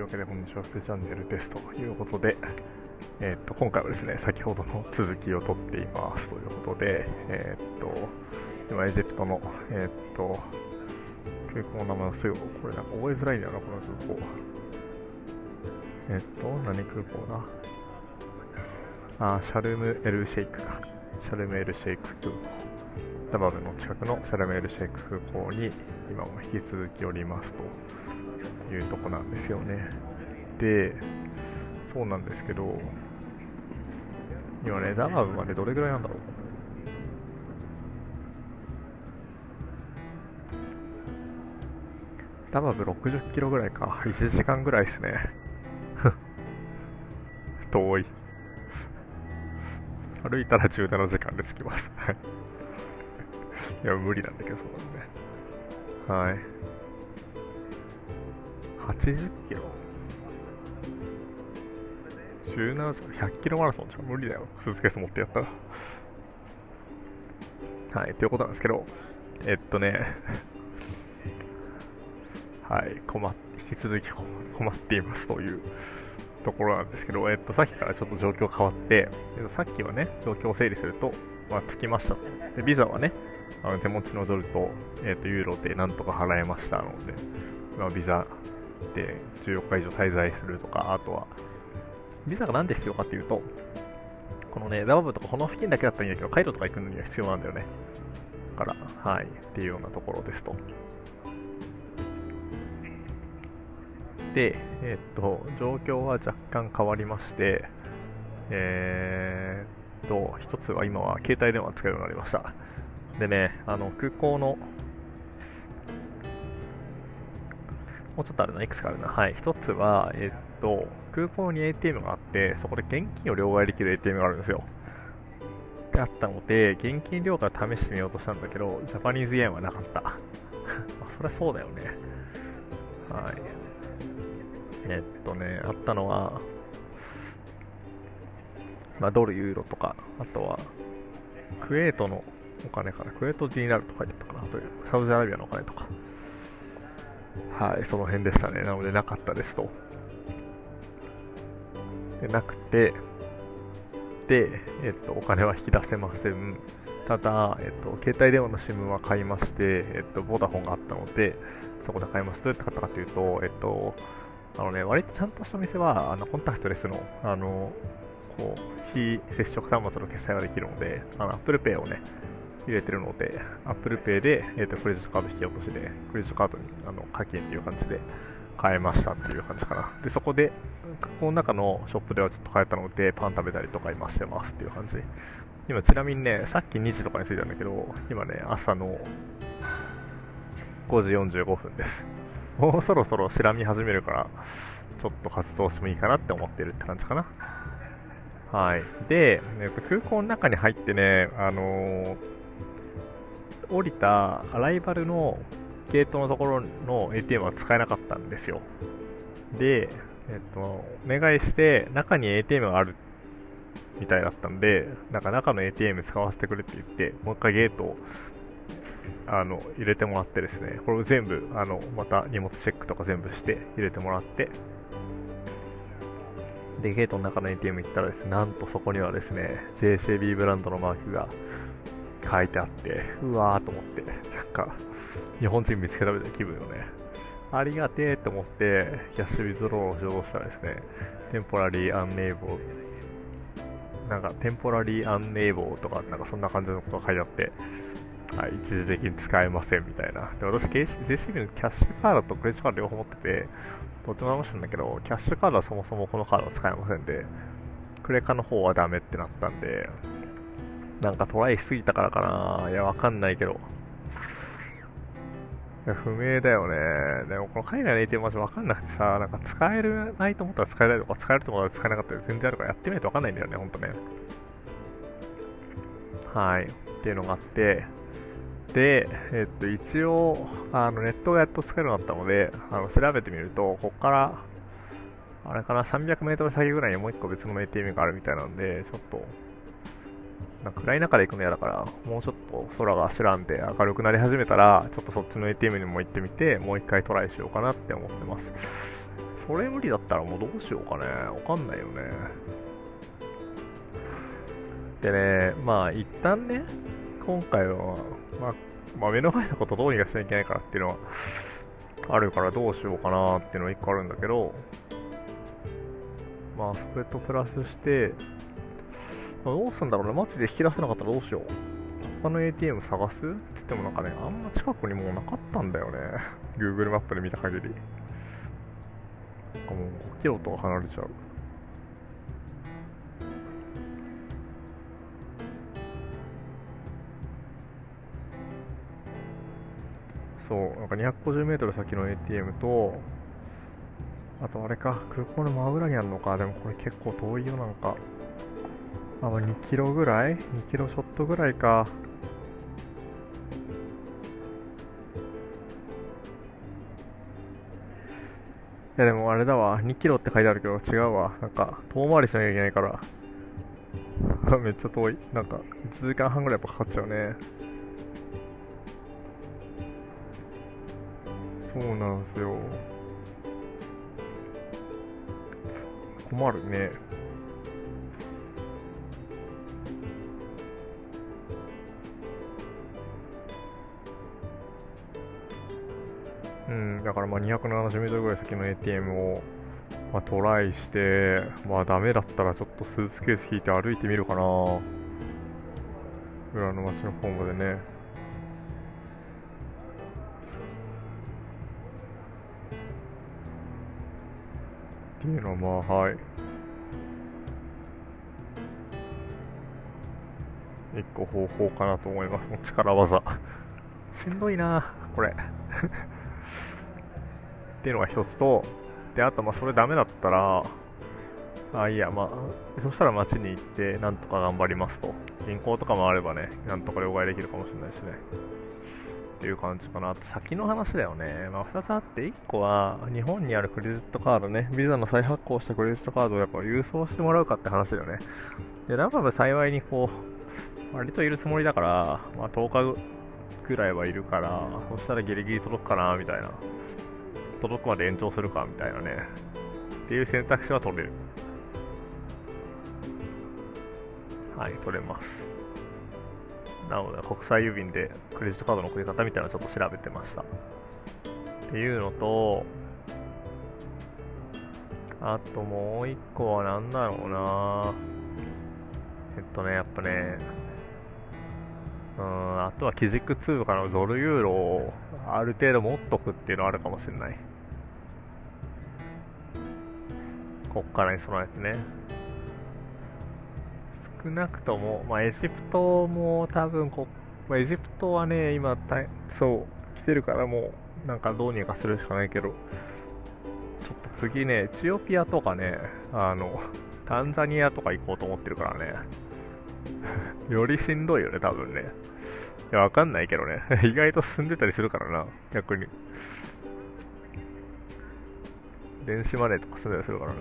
わけで、こんにちは、スペチャンネルですということで、今回はですね、先ほどの続きを取っていますということで、今、エジプトの、空港の名前をすぐ、これなんか覚えづらいんだよな、この空港。何空港だ？シャルムエルシェイクか。シャルムエルシェイク空港。ダバブの近くのシャルムエルシェイク空港に今も引き続きおりますというとこなんですよね。で、そうなんですけど、今ね、ダバブまでどれぐらいなんだろう。ダバブ60キロぐらいか。1時間ぐらいですね。遠い。歩いたら17時間で着きます。いや、無理なんだけど、そうなんで。はい。80キロ ?17 時間、100キロマラソンじゃ無理だよ。スーツケース持ってやったら。はい、ということなんですけど、はい、引き続き困っていますというところなんですけど、さっきからちょっと状況変わって、さっきはね、状況を整理すると、着きましたと。で、ビザはね、手持ちのドルと、ユーロでなんとか払えましたので、ビザで14日以上滞在するとか、あとは、ビザがなんで必要かっていうと、このね、ダバブとかこの付近だけだったらいいんだけど、カイロとか行くのには必要なんだよね。だから、はい、っていうようなところですと。で、状況は若干変わりまして、一つは今は携帯電話使えるようになりました。でね、空港の、もうちょっとあるな、いくつかあるな。はい、一つは、空港に ATM があって、そこで現金を両替できる ATM があるんですよ。ってあったので、現金両替試してみようとしたんだけど、ジャパニーズイエンはなかった。そりゃそうだよね。はい。あったのは、ドル、ユーロとか、あとは、クウェートのお金かな、クウェートディーナルとか言ったかな、という、サウジアラビアのお金とか。はい、その辺でしたね。なので、なかったですと。で、なくて、で、お金は引き出せません。ただ、携帯電話の SIM は買いまして、ボーダフォンがあったので、そこで買います。どうやって買ったかというと、割とちゃんとした店は、コンタクトレスの、非接触端末の決済ができるので、Apple Pay をね、入れてるので、Apple Pay で、クレジットカード引き落としで、クレジットカードに課金っていう感じで買えましたっていう感じかな。で、そこで、この中のショップではちょっと買えたので、パン食べたりとか今してますっていう感じ。今、ちなみにね、さっき2時とかに着いたんだけど、今ね、朝の5時45分です。もうそろそろ白み始めるから、ちょっと活動してもいいかなって思ってるって感じかな。はい。で、空港の中に入ってね、降りたアライバルのゲートのところの ATM は使えなかったんですよ。で、お願いして、中に ATM があるみたいだったんで、中の ATM 使わせてくれって言って、もう一回ゲートを入れてもらってですね、これを全部、また荷物チェックとか全部して入れてもらって、で、ゲートの中の ATM 行ったらですね、なんとそこにはですね、JCB ブランドのマークが書いてあって、うわーと思って、日本人見つけたみたいな気分よね。ありがてーって思って、キャッシュウィズローをしようとしたらですね、テンポラリーアンネーボー、テンポラリーアンネーボーとか、そんな感じのことが書いてあって、はい、一時的に使えませんみたいな。で、私、JCB のキャッシュカードとクレジットカード両方持ってて、どっちも直したんだけど、キャッシュカードはそもそもこのカードは使えませんで、クレカの方はダメってなったんで、トライしすぎたからかな。いや、わかんないけど。いや、不明だよね。でも、この海外の ATM マジわかんなくてさ、使えるないと思ったら使えないとか、使えると思ったら使えなかったり全然あるからやってみないとわかんないんだよね、ほんとね。はい。っていうのがあって、で、一応、ネットがやっと使えるようになったので、調べてみると、ここから、あれかな、300メートル先ぐらいにもう一個別の ATM があるみたいなんで、ちょっと、暗い中で行くの嫌だから、もうちょっと空が白んで明るくなり始めたら、ちょっとそっちの ATM にも行ってみて、もう一回トライしようかなって思ってます。 それ無理だったらもうどうしようかね。わかんないよね。でね、まあ一旦ね、今回は、目の前のことどうにかしなきゃいけないからっていうのはあるからどうしようかなっていうのは一個あるんだけど、まあそれとプラスして、どうすんだろうね。マジで引き出せなかったらどうしよう。他の ATM 探すって言ってもなんかね、あんま近くにもうなかったんだよね。Google マップで見た限り。なんかもう5キロとか離れちゃう。そう、なんか250メートル先の ATM と、あとあれか、空港の真裏にあるのか。でもこれ結構遠いよ、なんか。まあ2キロぐらい ?2 キロちょっとぐらいか。いやでもあれだわ、2キロって書いてあるけど違うわ。なんか遠回りしなきゃいけないから。めっちゃ遠い。なんか1時間半ぐらいやっぱかかっちゃうね。そうなんですよ。困るね。うん、だからまあ270メートルぐらい先の ATM を、トライして、ダメだったらちょっとスーツケース引いて歩いてみるかな。裏の街の方までね。っていうのははい。一個方法かなと思います。力技。しんどいなこれ。っていうのが一つと、で、あとそれダメだったら、いや、そしたら街に行って、なんとか頑張りますと。銀行とかもあればね、なんとか両替できるかもしれないしね。っていう感じかな。あと先の話だよね。二つあって、1個は、日本にあるクレジットカードね、ビザの再発行したクレジットカードをやっぱ郵送してもらうかって話だよね。で、ラバブ幸いに割といるつもりだから、10日ぐらいはいるから、そしたらギリギリ届くかな、みたいな。届くまで延長するか、みたいなね。っていう選択肢は取れる。はい、取れます。なので、国際郵便でクレジットカードの送り方みたいなのをちょっと調べてました。っていうのと、あともう一個は何だろうなやっぱね、あとは基軸通貨のドルユーロをある程度持っとくっていうのはあるかもしれない。こっからに備えてね。少なくとも、エジプトも多分エジプトはね、今、そう、来てるからもう、なんかどうにかするしかないけど、ちょっと次ね、エチオピアとかね、タンザニアとか行こうと思ってるからね。よりしんどいよね、多分ね。いや、わかんないけどね。意外と進んでたりするからな、逆に。電子マネーとか進んでたりするからな。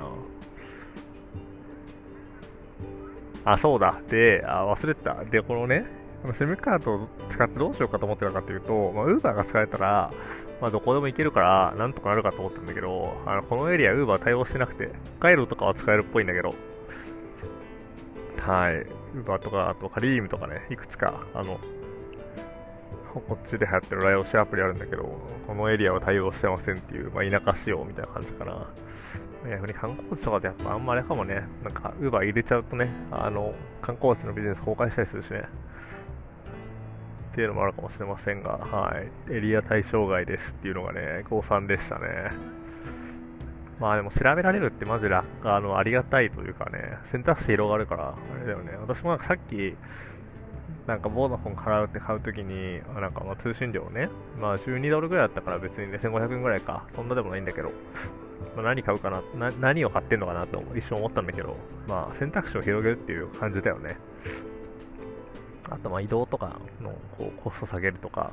そうだ。で、忘れてた。で、このね、SIM カードを使ってどうしようかと思ってたかっていうと、Uber が使えたら、どこでも行けるから、なんとかなるかと思ったんだけど、このエリア Uber 対応してなくて、北海道とかは使えるっぽいんだけど、はい。Uber とか、あとカリームとかね、いくつか、こっちで流行ってるライオシアプリあるんだけど、このエリアは対応してませんっていう、田舎仕様みたいな感じかな。逆に観光地とかでやっぱあんまあれかもね、なんか Uber 入れちゃうとね、観光地のビジネス崩壊したりするしね。っていうのもあるかもしれませんが、はい。エリア対象外ですっていうのがね、誤算でしたね。でも調べられるってマジでありがたいというかね、選択肢広がるから、あれだよね。私もなんかさっき、なんかボーダフォン払うって買うときに、なんか通信料ね、12ドルぐらいだったから別にね、1500円ぐらいか、そんなでもないんだけど、何買うかな、何を買ってんのかなと一瞬思ったんだけど、選択肢を広げるっていう感じだよね。あと移動とかのコスト下げるとか、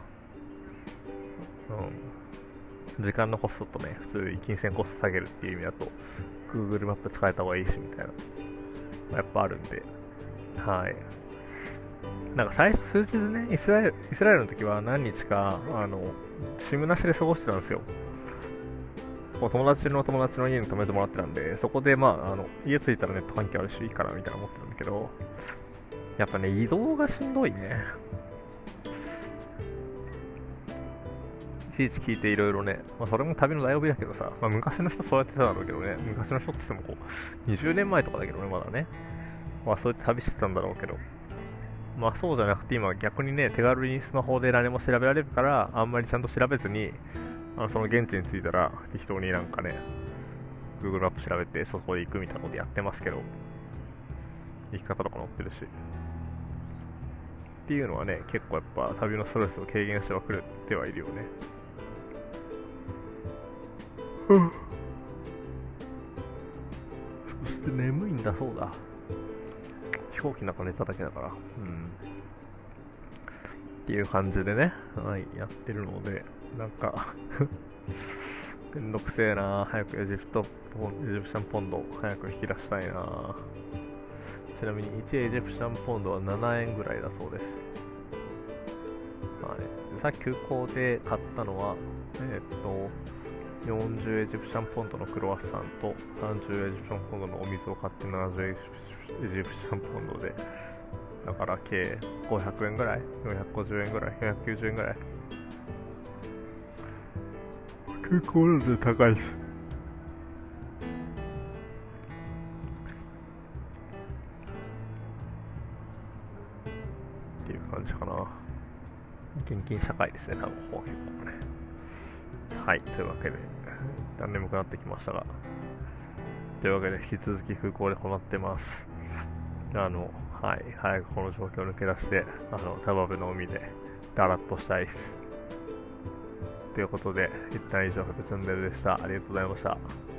時間のコストとね、普通に金銭コスト下げるっていう意味だと、Google マップ使えた方がいいしみたいな、やっぱあるんで、はい。なんか数日ね、イスラエルの時は何日か、SIM なしで過ごしてたんですよ。 こう友達の友達の家に泊めてもらってたんで、そこでまあ、家着いたらネット環境あるしいいかなみたいな思ってたんだけど、やっぱね、移動がしんどいね。いちいち聞いていろいろね、まあ、それも旅の醍醐味だけどさ、まあ、昔の人そうやってただろうけどね、昔の人って言ってもこう、20年前とかだけどね、まだね。まあそうやって旅してたんだろうけど、まあそうじゃなくて今逆にね、手軽にスマホで何も調べられるから、あんまりちゃんと調べずに、その現地に着いたら適当になんかね、Google マップ調べてそこで行くみたいなことやってますけど、行き方とか載ってるし。っていうのはね、結構やっぱ旅のストレスを軽減してはくれてはいるよね。うん。そして眠いんだそうだ。飛行機の中寝ただけだから。っていう感じでね、はい、やってるので、なんかめんどくせえな。早くエジプシャンポンド早く引き出したいな。ちなみに1エジプシャンポンドは7円ぐらいだそうです。はい、さっき空港で買ったのは、40エジプシャンポンドのクロワッサンと30エジプシャンポンドのお水を買って70エジプシャンポンドで、だから計500円ぐらい、450円ぐらい、490円ぐらい。結構なんで高いです。っていう感じかな。現金社会ですね、多分ここは結構ね。はい、というわけで、だんだん眠くなってきましたが、というわけで引き続き空港で困ってます。はい、早くこの状況を抜け出して、タバブの海でダラッとしたいです。ということで、一旦以上、フェツンデルでした。ありがとうございました。